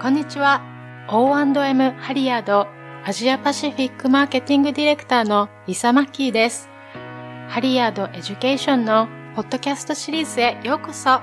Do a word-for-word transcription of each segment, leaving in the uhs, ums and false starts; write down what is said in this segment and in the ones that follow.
こんにちは。オーアンドエム ハリアードアジアパシフィックマーケティングディレクターのリサ・マッキーです。ハリアードエデュケーションのポッドキャストシリーズへようこそ。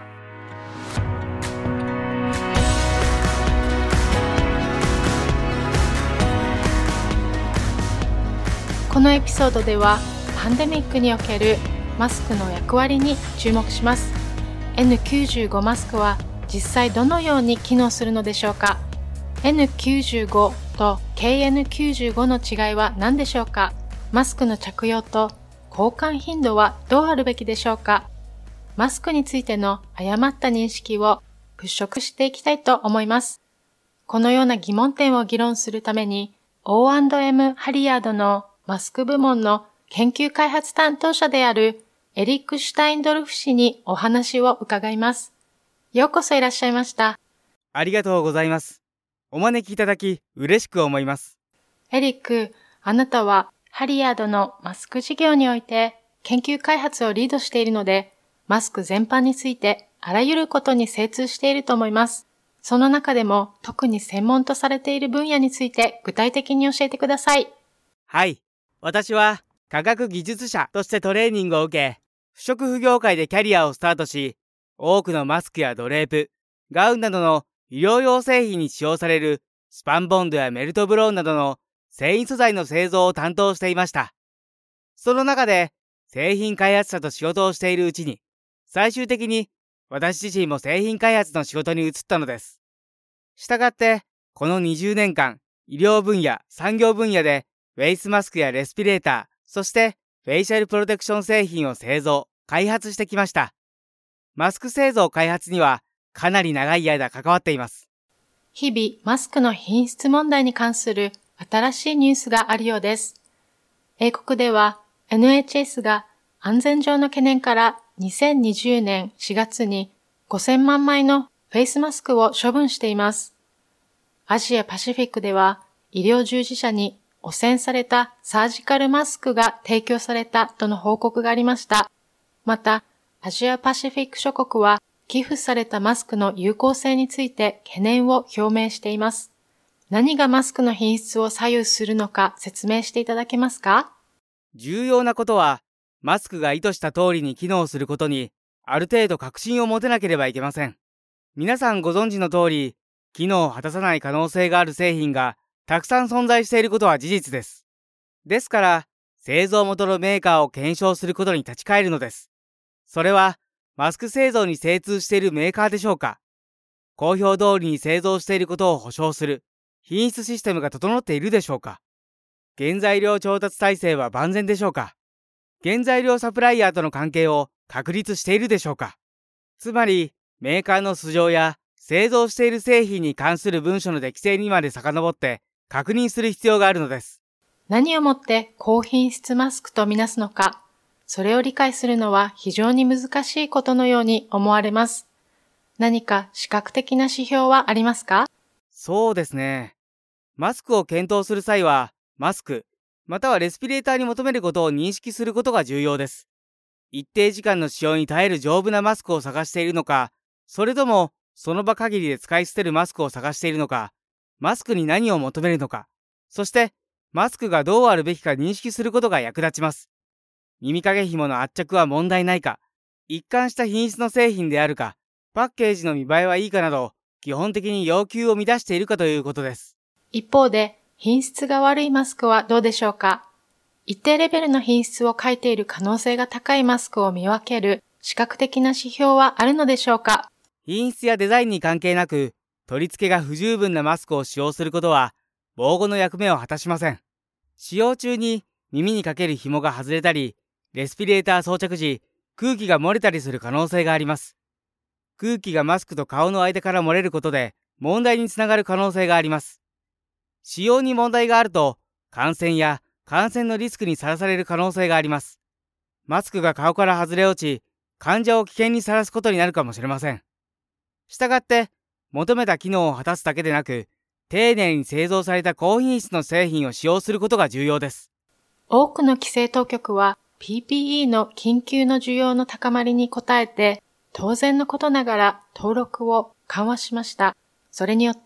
このエピソードではパンデミックにおけるマスクの役割に注目します。エヌきゅうじゅうご マスクは実際どのように機能するのでしょうか。 エヌきゅうじゅうご と ケーエヌきゅうじゅうご の違いは何でしょうか。マスクの着用と交換頻度はどうあるべきでしょうか。マスクについての誤った認識を払拭していきたいと思います。このような疑問点を議論するために オーアンドエム ハリアードのマスク部門の研究開発担当者であるエリック・シュタインドルフ氏にお話を伺います。ようこそいらっしゃいました。 ありがとうございます。お招きいただき嬉しく思います。 エリック、あなたはハリアードのマスク事業において研究開発をリードしているので、マスク全般についてあらゆることに精通していると思います。その中でも特に専門とされている分野について具体的に教えてください。 はい。私は科学技術者としてトレーニングを受け、不織布業界でキャリアをスタートし、多くのマスクやドレープ、ガウンなどの医療用製品に使用されるスパンボンドやメルトブローンなどの繊維素材の製造を担当していました。その中で製品開発者と仕事をしているうちに、最終的に私自身も製品開発の仕事に移ったのです。したがって、このにじゅうねんかん、医療分野、産業分野でフェイスマスクやレスピレーター、そしてフェイシャルプロテクション製品を製造、開発してきました。マスク製造開発にはかなり長い間関わっています。 日々マスクの品質問題に関する新しいニュースがあるようです。英国では エヌエイチエス が安全上の懸念からにせんにじゅうねんしがつにごせんまんまいのフェイスマスクを処分しています。アジアパシフィックでは医療従事者に汚染されたサージカルマスクが提供されたとの報告がありました。また、アジアパシフィック諸国は寄付されたマスクの有効性について懸念を表明しています。何がマスクの品質を左右するのか説明していただけますか？ 重要なことは、マスクが意図した通りに機能することに、ある程度確信を持てなければいけません。皆さんご存知の通り、機能を果たさない可能性がある製品がたくさん存在していることは事実です。ですから、製造元のメーカーを検証することに立ち返るのです。それは、マスク製造に精通しているメーカーでしょうか？公表通りに製造していることを保証する品質システムが整っているでしょうか？原材料調達体制は万全でしょうか？原材料サプライヤーとの関係を確立しているでしょうか？つまり、メーカーの素性や製造している製品に関する文書の適正にまで遡って確認する必要があるのです。 何をもって高品質マスクとみなすのか、それを理解するのは非常に難しいことのように思われます。何か視覚的な指標はありますか？ そうですね。マスクを検討する際は、マスク、またはレスピレーターに求めることを認識することが重要です。一定時間の使用に耐える丈夫なマスクを探しているのか、それともその場限りで使い捨てるマスクを探しているのか、マスクに何を求めるのか、そしてマスクがどうあるべきか認識することが役立ちます。耳掛け紐の圧着は問題ないか、一貫した品質の製品であるか、パッケージの見栄えはいいかなど、基本的に要求を満たしているかということです。 一方で、品質が悪いマスクはどうでしょうか？一定レベルの品質を欠いている可能性が高いマスクを見分ける視覚的な指標はあるのでしょうか？ 品質やデザインに関係なく、取り付けが不十分なマスクを使用することは、防護の役目を果たしません。使用中に耳にかける紐が外れたり、レスピレーター装着時、空気が漏れたりする可能性があります。空気がマスクと顔の間から漏れることで、問題につながる可能性があります。使用に問題があると、感染や感染のリスクにさらされる可能性があります。マスクが顔から外れ落ち、患者を危険にさらすことになるかもしれません。したがって、求めた機能を果たすだけでなく、丁寧に製造された高品質の製品を使用することが重要です。 多くの規制当局は ピーピーイー の緊急の需要の高まりに応えて、当然のことながら登録を緩和しました。それによって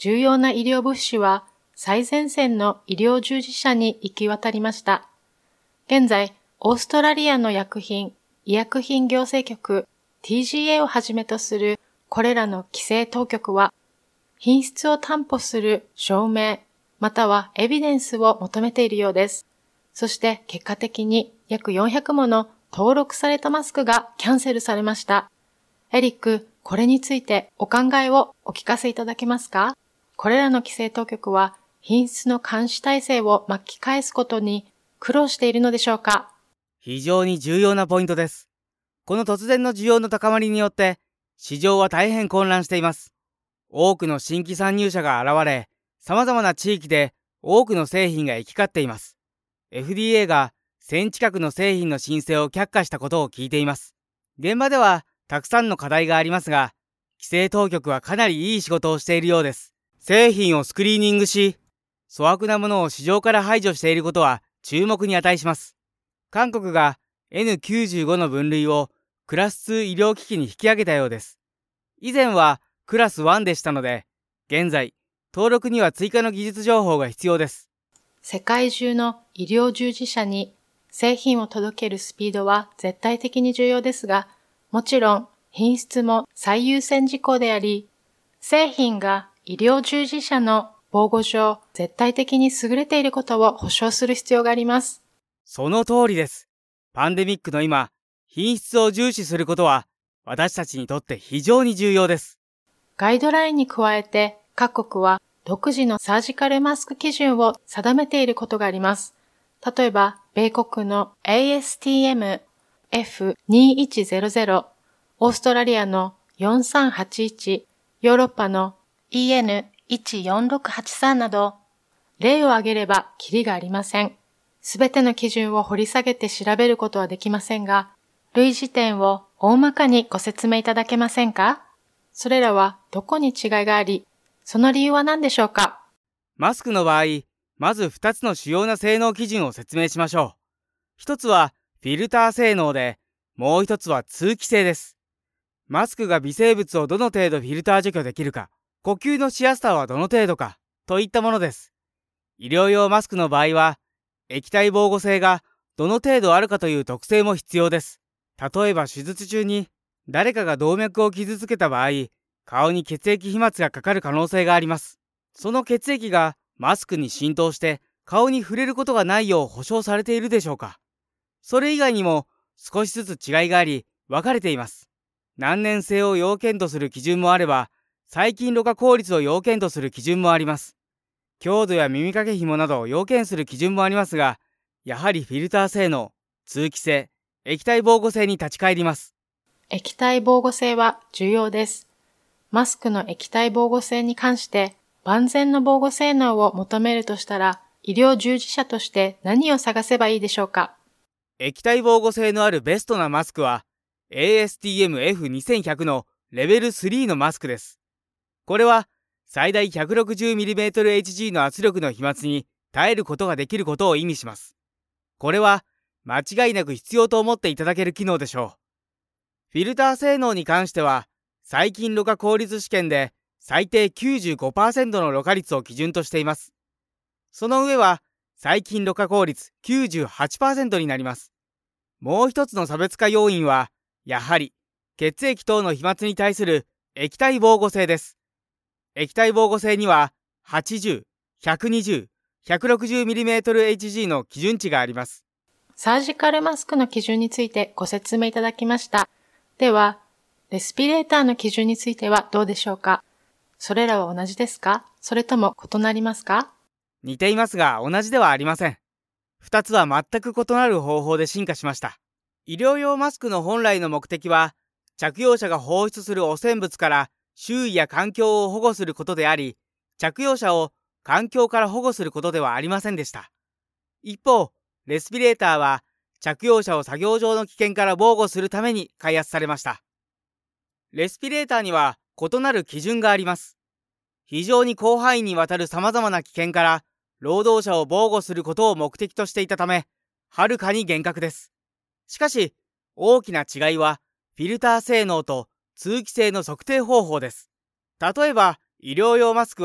重要な医療物資は最前線の医療従事者に行き渡りました。現在、オーストラリアの薬品、医薬品行政局 ティージーエー をはじめとするこれらの規制当局は、品質を担保する証明、またはエビデンスを求めているようです。そして結果的に約よんひゃくもの登録されたマスクがキャンセルされました。エリック、これについてお考えをお聞かせいただけますか？これらの規制当局は品質の監視体制を巻き返すことに苦労しているのでしょうか？ 非常に重要なポイントです。この突然の需要の高まりによって市場は大変混乱しています。多くの新規参入者が現れ、様々な地域で多くの製品が行き交っています。エフディーエー がせん近くの製品の申請を却下したことを聞いています。現場ではたくさんの課題がありますが、規制当局はかなりいい仕事をしているようです。製品をスクリーニングし、粗悪なものを市場から排除していることは注目に値します。韓国が エヌきゅうじゅうご の分類をクラスに医療機器に引き上げたようです。以前はクラスいちでしたので、現在、登録には追加の技術情報が必要です。 世界中の医療従事者に製品を届けるスピードは絶対的に重要ですが、もちろん品質も最優先事項であり、製品が医療従事者の防護上絶対的に優れていることを保証する必要があります。 その通りです。パンデミックの今、品質を重視することは私たちにとって非常に重要です。 ガイドラインに加えて各国は独自のサージカルマスク基準を定めていることがあります。例えば、米国の エーエスティーエムエフにせんひゃく、オーストラリアのよんさんはちいち、ヨーロッパの イーエヌいちよんろくはちさん など、例を挙げればキリがありません。すべての基準を掘り下げて調べることはできませんが、類似点を大まかにご説明いただけませんか？それらはどこに違いがあり、その理由は何でしょうか？ マスクの場合、まずふたつの主要な性能基準を説明しましょう。ひとつはフィルター性能で、もうひとつは通気性です。マスクが微生物をどの程度フィルター除去できるか、呼吸のしやすさはどの程度か、といったものです。医療用マスクの場合は、液体防護性がどの程度あるかという特性も必要です。例えば手術中に誰かが動脈を傷つけた場合、顔に血液飛沫がかかる可能性があります。その血液がマスクに浸透して顔に触れることがないよう保証されているでしょうか。それ以外にも少しずつ違いがあり分かれています。難燃性を要件とする基準もあれば、細菌ろ過効率を要件とする基準もあります。強度や耳掛け紐などを要件する基準もありますが、やはりフィルター性能、通気性、液体防護性に立ち返ります。 液体防護性は重要です。マスクの液体防護性に関して万全の防護性能を求めるとしたら、医療従事者として何を探せばいいでしょうか？ 液体防護性のあるベストなマスクは エーエスティーエムエフにせんひゃく のレベルスリーのマスクです。これは最大 ひゃくろくじゅうミリメートルエイチジー の圧力の飛沫に耐えることができることを意味します。これは間違いなく必要と思っていただける機能でしょう。フィルター性能に関しては、細菌ろ過効率試験で最低 きゅうじゅうごパーセント のろ過率を基準としています。その上は細菌ろ過効率 きゅうじゅうはちパーセント になります。もう一つの差別化要因は、やはり血液等の飛沫に対する液体防護性です。液体防護性にははちじゅう、ひゃくにじゅう、ひゃくろくじゅうミリメートルエイチジー の基準値があります。 サージカルマスクの基準についてご説明いただきました。では、レスピレーターの基準についてはどうでしょうか？それらは同じですか？それとも異なりますか？ 似ていますが同じではありません。二つは全く異なる方法で進化しました。医療用マスクの本来の目的は、着用者が放出する汚染物から周囲や環境を保護することであり、着用者を環境から保護することではありませんでした。一方、レスピレーターは着用者を作業上の危険から防護するために開発されました。レスピレーターには異なる基準があります。非常に広範囲にわたる様々な危険から労働者を防護することを目的としていたため、はるかに厳格です。しかし、大きな違いはフィルター性能と通気性の測定方法です。例えば、医療用マスクは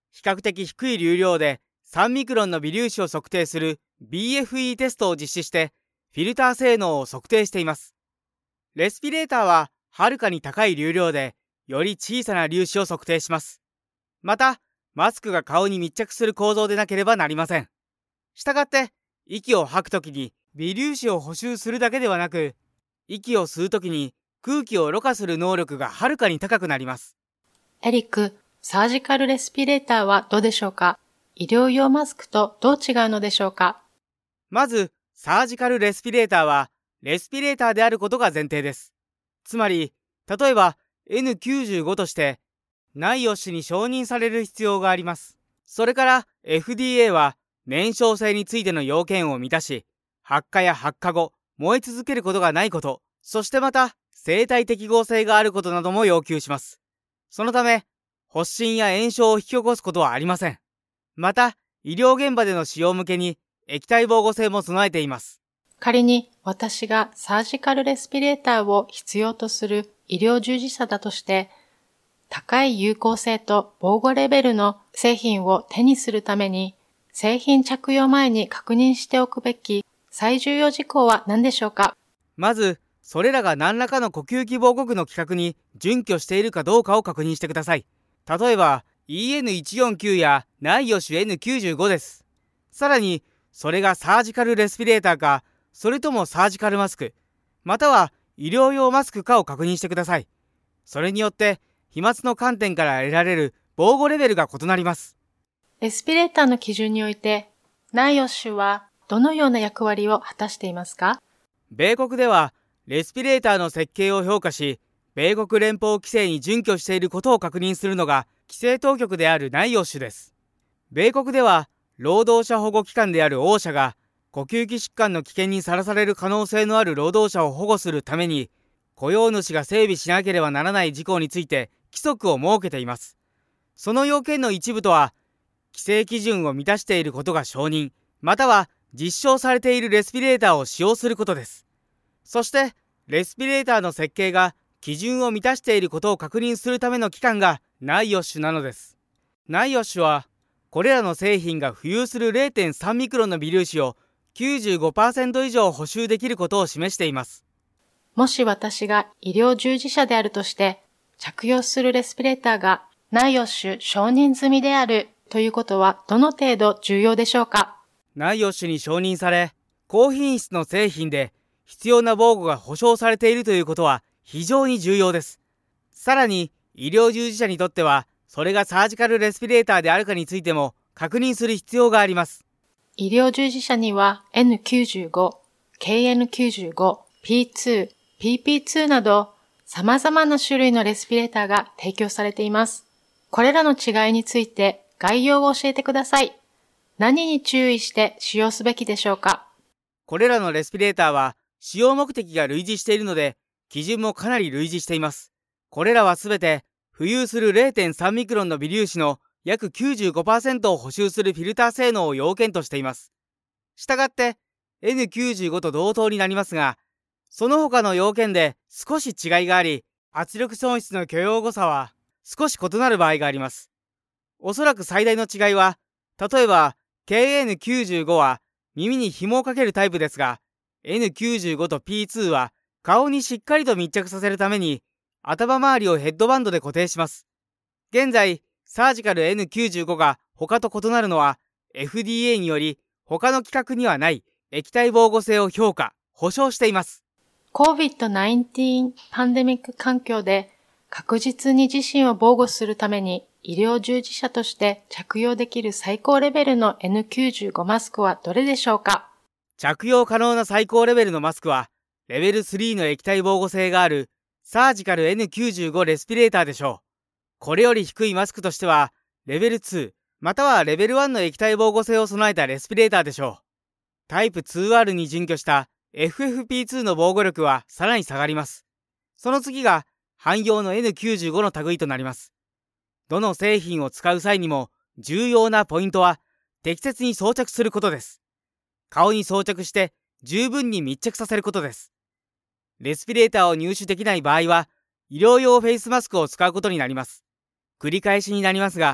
比較的低い流量でさんミクロンの微粒子を測定する ビーエフイー テストを実施してフィルター性能を測定しています。レスピレーターははるかに高い流量でより小さな粒子を測定します。また、マスクが顔に密着する構造でなければなりません。したがって、息を吐くときに微粒子を補修するだけではなく、息を吸うときに空気をろ過する能力がはるかに高くなります。 エリック、サージカルレスピレーターはどうでしょうか？医療用マスクとどう違うのでしょうか？ まず、サージカルレスピレーターは、レスピレーターであることが前提です。つまり、例えば エヌきゅうじゅうご として、ナイオッシュに承認される必要があります。それから エフディーエー は、燃焼性についての要件を満たし、発火や発火後、燃え続けることがないこと、そしてまた、生態適合性があることなども要求します。そのため、発疹や炎症を引き起こすことはありません。また、医療現場での使用向けに液体防護性も備えています。 仮に私がサージカルレスピレーターを必要とする医療従事者だとして、高い有効性と防護レベルの製品を手にするために、製品着用前に確認しておくべき最重要事項は何でしょうか？ まず、それらが何らかの呼吸器防護具の規格に準拠しているかどうかを確認してください。例えば、イーエヌいちよんきゅう やナイオッシュ エヌきゅうじゅうご です。さらに、それがサージカルレスピレーターか、それともサージカルマスク、または医療用マスクかを確認してください。それによって、飛沫の観点から得られる防護レベルが異なります。 レスピレーターの基準において、ナイオッシュはどのような役割を果たしていますか？ 米国では、レスピレーターの設計を評価し、米国連邦規制に準拠していることを確認するのが規制当局であるナイオッシュです。米国では労働者保護機関であるオーシャが呼吸器疾患の危険にさらされる可能性のある労働者を保護するために雇用主が整備しなければならない事項について規則を設けています。その要件の一部とは、規制基準を満たしていることが承認、または実証されているレスピレーターを使用することです。そして、レスピレーターの設計が基準を満たしていることを確認するための機関がナイオッシュなのです。ナイオッシュは、これらの製品が浮遊する れいてんさん ミクロンの微粒子を きゅうじゅうごパーセント 以上補修できることを示しています。 もし私が医療従事者であるとして、着用するレスピレーターがナイオッシュ承認済みであるということはどの程度重要でしょうか？ ナイオッシュに承認され、高品質の製品で必要な防護が保証されているということは非常に重要です。さらに、医療従事者にとっては、それがサージカルレスピレーターであるかについても確認する必要があります。 医療従事者には エヌきゅうじゅうご、ケーエヌきゅうじゅうご、ピーツー、ピーピーツー など様々な種類のレスピレーターが提供されています。これらの違いについて概要を教えてください。何に注意して使用すべきでしょうか？ これらのレスピレーターは使用目的が類似しているので、基準もかなり類似しています。これらはすべて浮遊する れいてんさん ミクロンの微粒子の約 きゅうじゅうごパーセント を補修するフィルター性能を要件としています。したがって エヌきゅうじゅうご と同等になりますが、その他の要件で少し違いがあり、圧力損失の許容誤差は少し異なる場合があります。おそらく最大の違いは、例えば ケーエヌきゅうじゅうご は耳に紐をかけるタイプですが、エヌきゅうじゅうご と ピーツー は顔にしっかりと密着させるために頭周りをヘッドバンドで固定します。現在、サージカル エヌきゅうじゅうご が他と異なるのは エフディーエー により他の規格にはない液体防護性を評価、保証しています。 コービッドナインティーン パンデミック環境で確実に自身を防護するために医療従事者として着用できる最高レベルの エヌきゅうじゅうご マスクはどれでしょうか？ 着用可能な最高レベルのマスクはレベルスリーの液体防護性があるサージカル エヌきゅうじゅうご レスピレーターでしょう。これより低いマスクとしてはレベルツーまたはレベルワンの液体防護性を備えたレスピレーターでしょう。タイプ ツーアール に準拠した エフエフピーツー の防護力はさらに下がります。その次が汎用の エヌきゅうじゅうご の類となります。どの製品を使う際にも重要なポイントは適切に装着することです。顔に装着して十分に密着させることです。レスピレーターを入手できない場合は医療用フェイスマスクを使うことになります。繰り返しになりますが、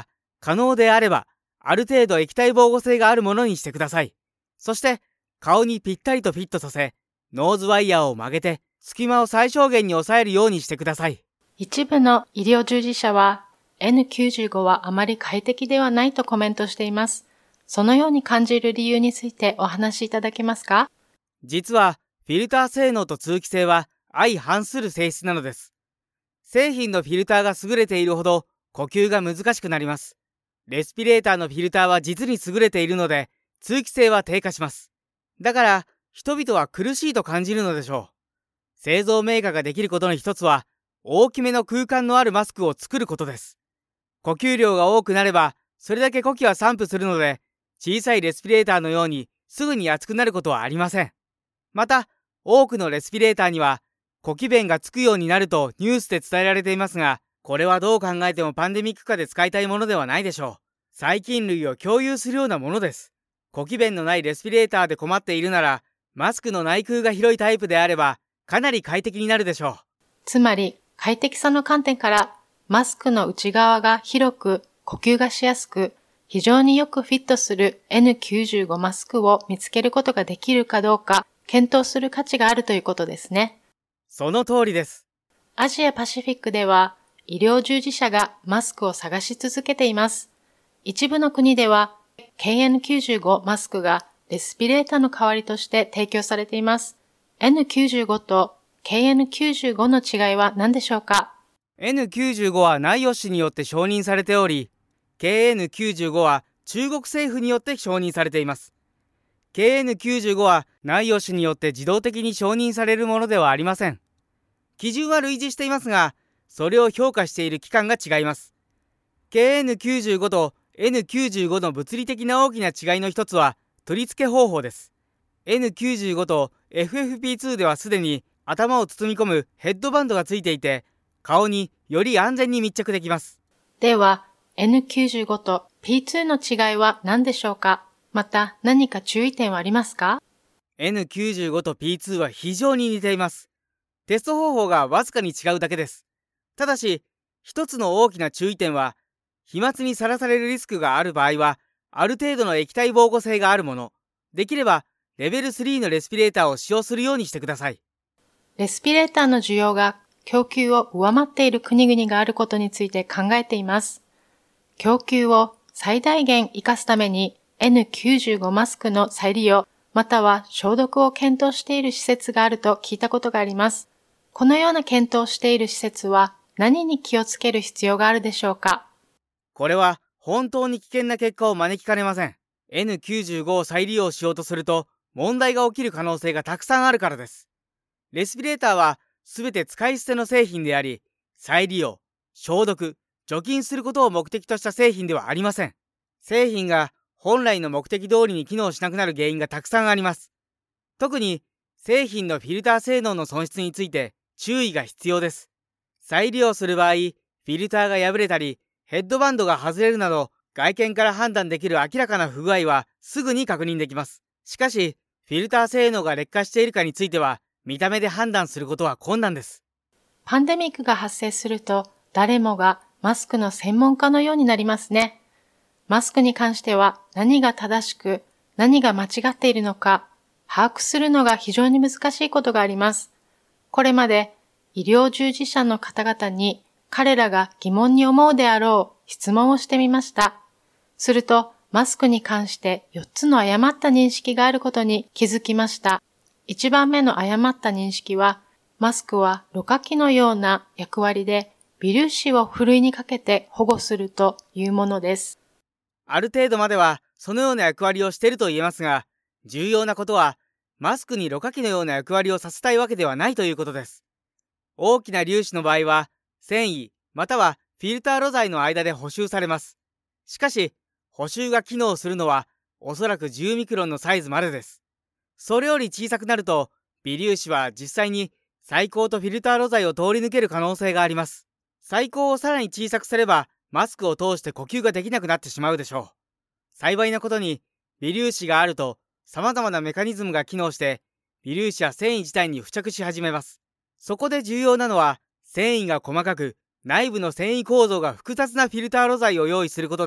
可能であればある程度液体防護性があるものにしてください。そして顔にぴったりとフィットさせ、ノーズワイヤーを曲げて隙間を最小限に抑えるようにしてください。 一部の医療従事者は エヌきゅうじゅうご はあまり快適ではないとコメントしています。そのように感じる理由についてお話しいただけますか？ 実はフィルター性能と通気性は相反する性質なのです。製品のフィルターが優れているほど呼吸が難しくなります。レスピレーターのフィルターは実に優れているので通気性は低下します。だから人々は苦しいと感じるのでしょう。製造メーカーができることの一つは大きめの空間のあるマスクを作ることです。呼吸量が多くなればそれだけ呼気は散布するので、小さいレスピレーターのようにすぐに熱くなることはありません。また多くのレスピレーターには呼気弁がつくようになるとニュースで伝えられていますが、これはどう考えてもパンデミック下で使いたいものではないでしょう。細菌類を共有するようなものです。呼気弁のないレスピレーターで困っているなら、マスクの内空が広いタイプであればかなり快適になるでしょう。 つまり快適さの観点からマスクの内側が広く呼吸がしやすく非常によくフィットする エヌきゅうじゅうご マスクを見つけることができるかどうか検討する価値があるということですね。 その通りです。 アジアパシフィックでは医療従事者がマスクを探し続けています。一部の国では ケーエヌきゅうじゅうご マスクがレスピレーターの代わりとして提供されています。エヌきゅうじゅうご と ケーエヌきゅうじゅうご の違いは何でしょうか？ エヌきゅうじゅうご はナイオシによって承認されており、ケーエヌきゅうじゅうご は中国政府によって承認されています。ケーエヌきゅうじゅうご はナイオシによって自動的に承認されるものではありません。基準は類似していますが、それを評価している機関が違います。ケーエヌきゅうじゅうご と エヌきゅうじゅうご の物理的な大きな違いの一つは取り付け方法です。エヌきゅうじゅうご と エフエフピーツー ではすでに頭を包み込むヘッドバンドがついていて、顔により安全に密着できます。 では エヌきゅうじゅうご と ピーツー の違いは何でしょうか？また何か注意点はありますか？ エヌきゅうじゅうご と ピーツー は非常に似ています。テスト方法がわずかに違うだけです。ただし一つの大きな注意点は、飛沫にさらされるリスクがある場合はある程度の液体防護性があるもの、できればレベルスリーのレスピレーターを使用するようにしてください。 レスピレーターの需要が供給を上回っている国々があることについて考えています。供給を最大限活かすために エヌきゅうじゅうご マスクの再利用または消毒を検討している施設があると聞いたことがあります。このような検討をしている施設は何に気をつける必要があるでしょうか？ これは本当に危険な結果を招きかねません。エヌきゅうじゅうご を再利用しようとすると問題が起きる可能性がたくさんあるからです。レスピレーターはすべて使い捨ての製品であり、再利用、消毒、除菌することを目的とした製品ではありません。製品が本来の目的通りに機能しなくなる原因がたくさんあります。特に製品のフィルター性能の損失について注意が必要です。再利用する場合、フィルターが破れたりヘッドバンドが外れるなど外見から判断できる明らかな不具合はすぐに確認できます。しかしフィルター性能が劣化しているかについては見た目で判断することは困難です。 パンデミックが発生すると誰もがマスクの専門家のようになりますね。マスクに関しては何が正しく何が間違っているのか把握するのが非常に難しいことがあります。これまで医療従事者の方々に彼らが疑問に思うであろう質問をしてみました。するとマスクに関してよっつの誤った認識があることに気づきました。いちばんめの誤った認識は、マスクはろ過器のような役割で微粒子をふるいにかけて保護するというものです。 ある程度まではそのような役割をしていると言えますが、重要なことはマスクにろ過器のような役割をさせたいわけではないということです。大きな粒子の場合は繊維またはフィルター露材の間で補修されます。しかし補修が機能するのはおそらくじゅうミクロンのサイズまでです。それより小さくなると微粒子は実際に細胞とフィルター露材を通り抜ける可能性があります。細胞をさらに小さくすればマスクを通して呼吸ができなくなってしまうでしょう。幸いなことに微粒子があると様々なメカニズムが機能して微粒子は繊維自体に付着し始めます。そこで重要なのは繊維が細かく内部の繊維構造が複雑なフィルター露材を用意することで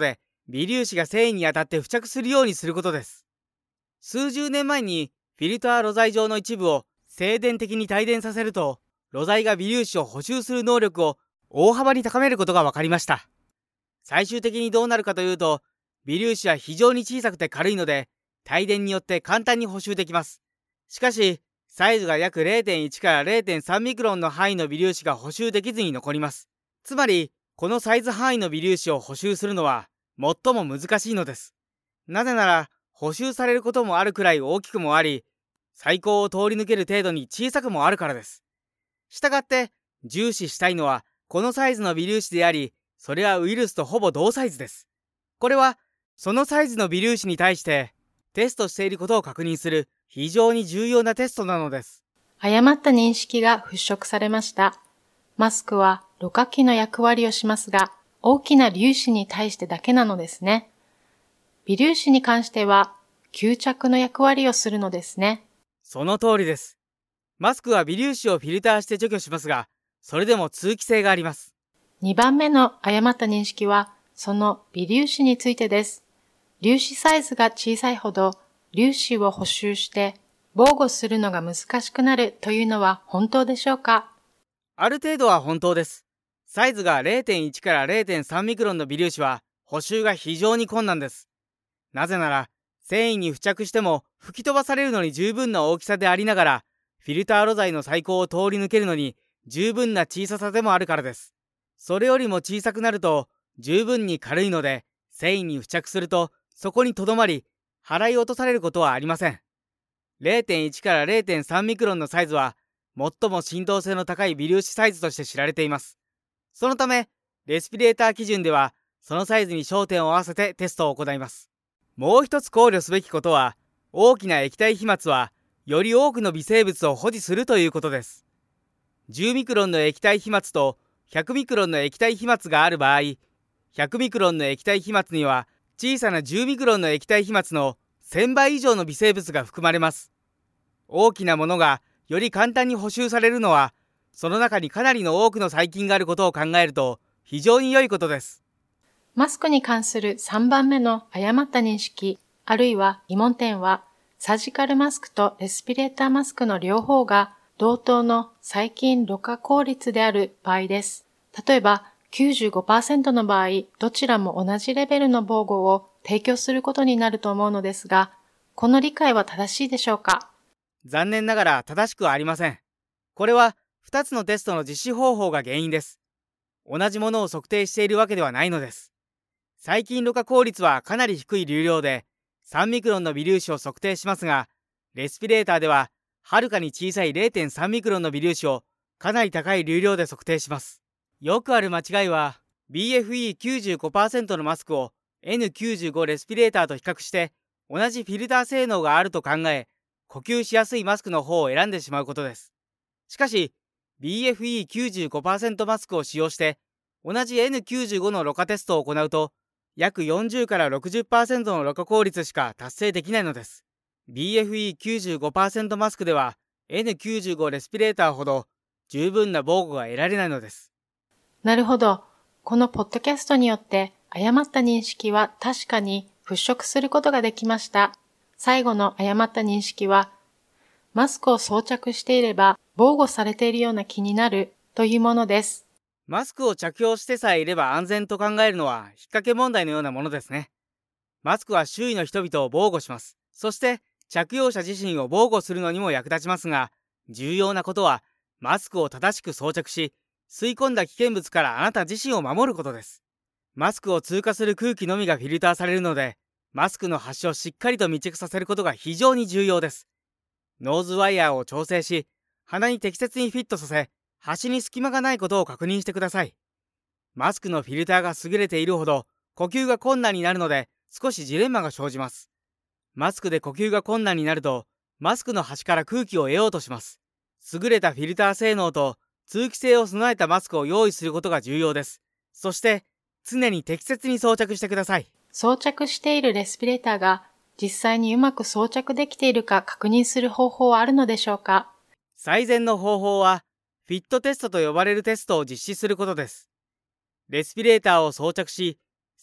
微粒子が繊維に当たって付着するようにすることです。数十年前にフィルター露材状の一部を静電的に帯電させると、露材が微粒子を補修する能力を大幅に高めることが分かりました。最終的にどうなるかというと、微粒子は非常に小さくて軽いので、帯電によって簡単に補修できます。しかし、サイズが約 れいてんいち から れいてんさん ミクロンの範囲の微粒子が補修できずに残ります。つまり、このサイズ範囲の微粒子を補修するのは最も難しいのです。なぜなら、補修されることもあるくらい大きくもあり、最高を通り抜ける程度に小さくもあるからです。したがって、重視したいのはこのサイズの微粒子であり、それはウイルスとほぼ同サイズです。これは、そのサイズの微粒子に対してテストしていることを確認する非常に重要なテストなのです。 誤った認識が払拭されました。マスクはろ過器の役割をしますが、大きな粒子に対してだけなのですね。微粒子に関しては、吸着の役割をするのですね。 その通りです。マスクは微粒子をフィルターして除去しますが、それでも通気性があります。 にばんめの誤った認識は、その微粒子についてです。粒子サイズが小さいほど、粒子を補修して防護するのが難しくなるというのは本当でしょうか？ ある程度は本当です。サイズが れいてんいち から れいてんさん ミクロンの微粒子は補修が非常に困難です。なぜなら、繊維に付着しても吹き飛ばされるのに十分な大きさでありながら、フィルター露材の最高を通り抜けるのに十分な小ささでもあるからです。それよりも小さくなると十分に軽いので、繊維に付着するとそこにとどまり、払い落とされることはありません。れいてんいち から れいてんさん ミクロンのサイズは最も浸透性の高い微粒子サイズとして知られています。そのため、レスピレーター基準ではそのサイズに焦点を合わせてテストを行います。もう一つ考慮すべきことは、大きな液体飛沫はより多くの微生物を保持するということです。じゅうミクロンの液体飛沫とひゃくミクロンの液体飛沫がある場合、ひゃくミクロンの液体飛沫には小さなじゅうミクロンの液体飛沫のせんばい以上の微生物が含まれます。大きなものがより簡単に補修されるのは、その中にかなりの多くの細菌があることを考えると非常に良いことです。 マスクに関するさんばんめの誤った認識、あるいは疑問点は、サージカルマスクとレスピレーターマスクの両方が同等の細菌ろ過効率である場合です。例えば、きゅうじゅうごパーセント の場合、どちらも同じレベルの防護を提供することになると思うのですが、この理解は正しいでしょうか？ 残念ながら正しくはありません。これはふたつのテストの実施方法が原因です。同じものを測定しているわけではないのです。細菌ろ過効率はかなり低い流量でさんミクロンの微粒子を測定しますが、レスピレーターでははるかに小さい れいてんさん ミクロンの微粒子をかなり高い流量で測定します。よくある間違いは ビーエフイーきゅうじゅうごパーセント のマスクを エヌきゅうじゅうご レスピレーターと比較して同じフィルター性能があると考え、呼吸しやすいマスクの方を選んでしまうことです。しかし ビーエフイーきゅうじゅうごパーセント マスクを使用して同じ エヌきゅうじゅうご のろ過テストを行うと、約よんじゅうから ろくじゅっパーセント のろ過効率しか達成できないのです。ビーエフイーきゅうじゅうごパーセント マスクでは エヌきゅうじゅうご レスピレーターほど十分な防護が得られないのです。 なるほど。このポッドキャストによって誤った認識は確かに払拭することができました。最後の誤った認識は、マスクを装着していれば防護されているような気になるというものです。 マスクを着用してさえいれば安全と考えるのは引っ掛け問題のようなものですね。マスクは周囲の人々を防護します。そして着用者自身を防護するのにも役立ちますが、重要なことはマスクを正しく装着し、吸い込んだ危険物からあなた自身を守ることです。マスクを通過する空気のみがフィルターされるので、マスクの端をしっかりと密着させることが非常に重要です。ノーズワイヤーを調整し、鼻に適切にフィットさせ、端に隙間がないことを確認してください。マスクのフィルターが優れているほど呼吸が困難になるので、少しジレンマが生じます。マスクで呼吸が困難になると、マスクの端から空気を得ようとします。優れたフィルター性能と通気性を備えたマスクを用意することが重要です。そして常に適切に装着してください。 装着しているレスピレーターが実際にうまく装着できているか確認する方法はあるのでしょうか？ 最善の方法はフィットテストと呼ばれるテストを実施することです。レスピレーターを装着し、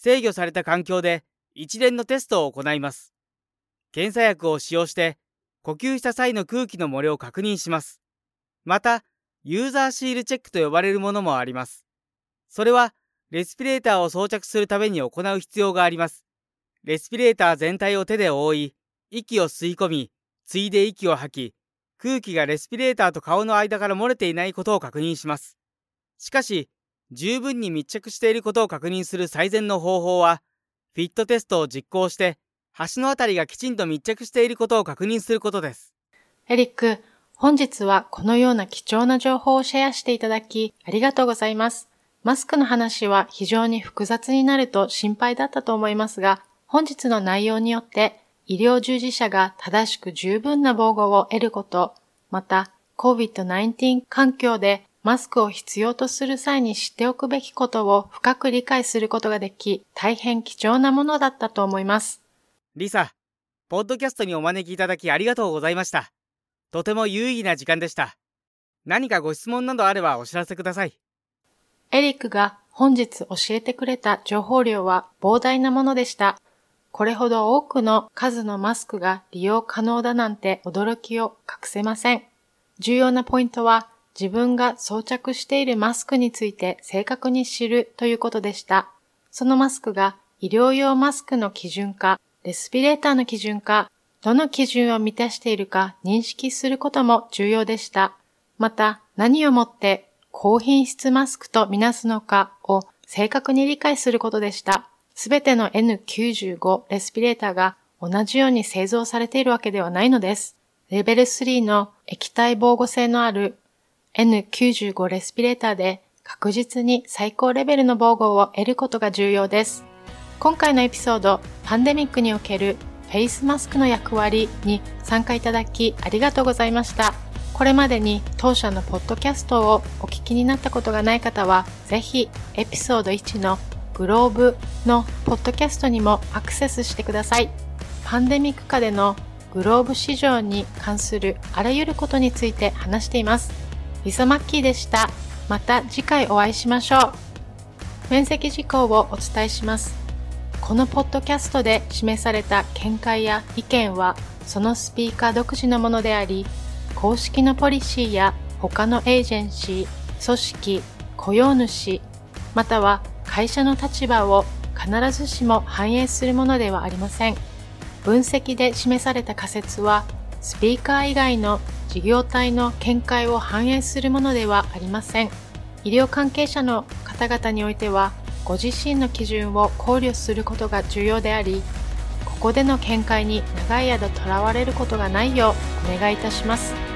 制御された環境で一連のテストを行います。検査薬を使用して呼吸した際の空気の漏れを確認します。また、ユーザーシールチェックと呼ばれるものもあります。それは、レスピレーターを装着するために行う必要があります。レスピレーター全体を手で覆い、息を吸い込み、ついで息を吐き、空気がレスピレーターと顔の間から漏れていないことを確認します。しかし、十分に密着していることを確認する最善の方法は、フィットテストを実行して、端のあたりがきちんと密着していることを確認することです。 エリック、本日はこのような貴重な情報をシェアしていただき、ありがとうございます。マスクの話は非常に複雑になると心配だったと思いますが、本日の内容によって医療従事者が正しく十分な防護を得ること、また コービッドナインティーン 環境でマスクを必要とする際に知っておくべきことを深く理解することができ、大変貴重なものだったと思います。 リサ、ポッドキャストにお招きいただきありがとうございました。とても有意義な時間でした。何かご質問などあればお知らせください。 エリックが本日教えてくれた情報量は膨大なものでした。これほど多くの数のマスクが利用可能だなんて驚きを隠せません。重要なポイントは自分が装着しているマスクについて正確に知るということでした。そのマスクが医療用マスクの基準か、レスピレーターの基準か、どの基準を満たしているか認識することも重要でした。また、何をもって高品質マスクとみなすのかを正確に理解することでした。すべての エヌきゅうじゅうご レスピレーターが同じように製造されているわけではないのです。レベルスリーの液体防護性のある エヌきゅうじゅうご レスピレーターで確実に最高レベルの防護を得ることが重要です。今回のエピソード、パンデミックにおけるフェイスマスクの役割に参加いただきありがとうございました。これまでに当社のポッドキャストをお聞きになったことがない方は、ぜひエピソードいちのグローブのポッドキャストにもアクセスしてください。パンデミック下でのグローブ市場に関するあらゆることについて話しています。リサ・マッキーでした。また次回お会いしましょう。面積事項をお伝えします。このポッドキャストで示された見解や意見はそのスピーカー独自のものであり、公式のポリシーや他のエージェンシー、組織、雇用主、または会社の立場を必ずしも反映するものではありません。分析で示された仮説は、スピーカー以外の事業体の見解を反映するものではありません。医療関係者の方々においては、ご自身の基準を考慮することが重要であり、ここでの見解に長い間とらわれることがないようお願いいたします。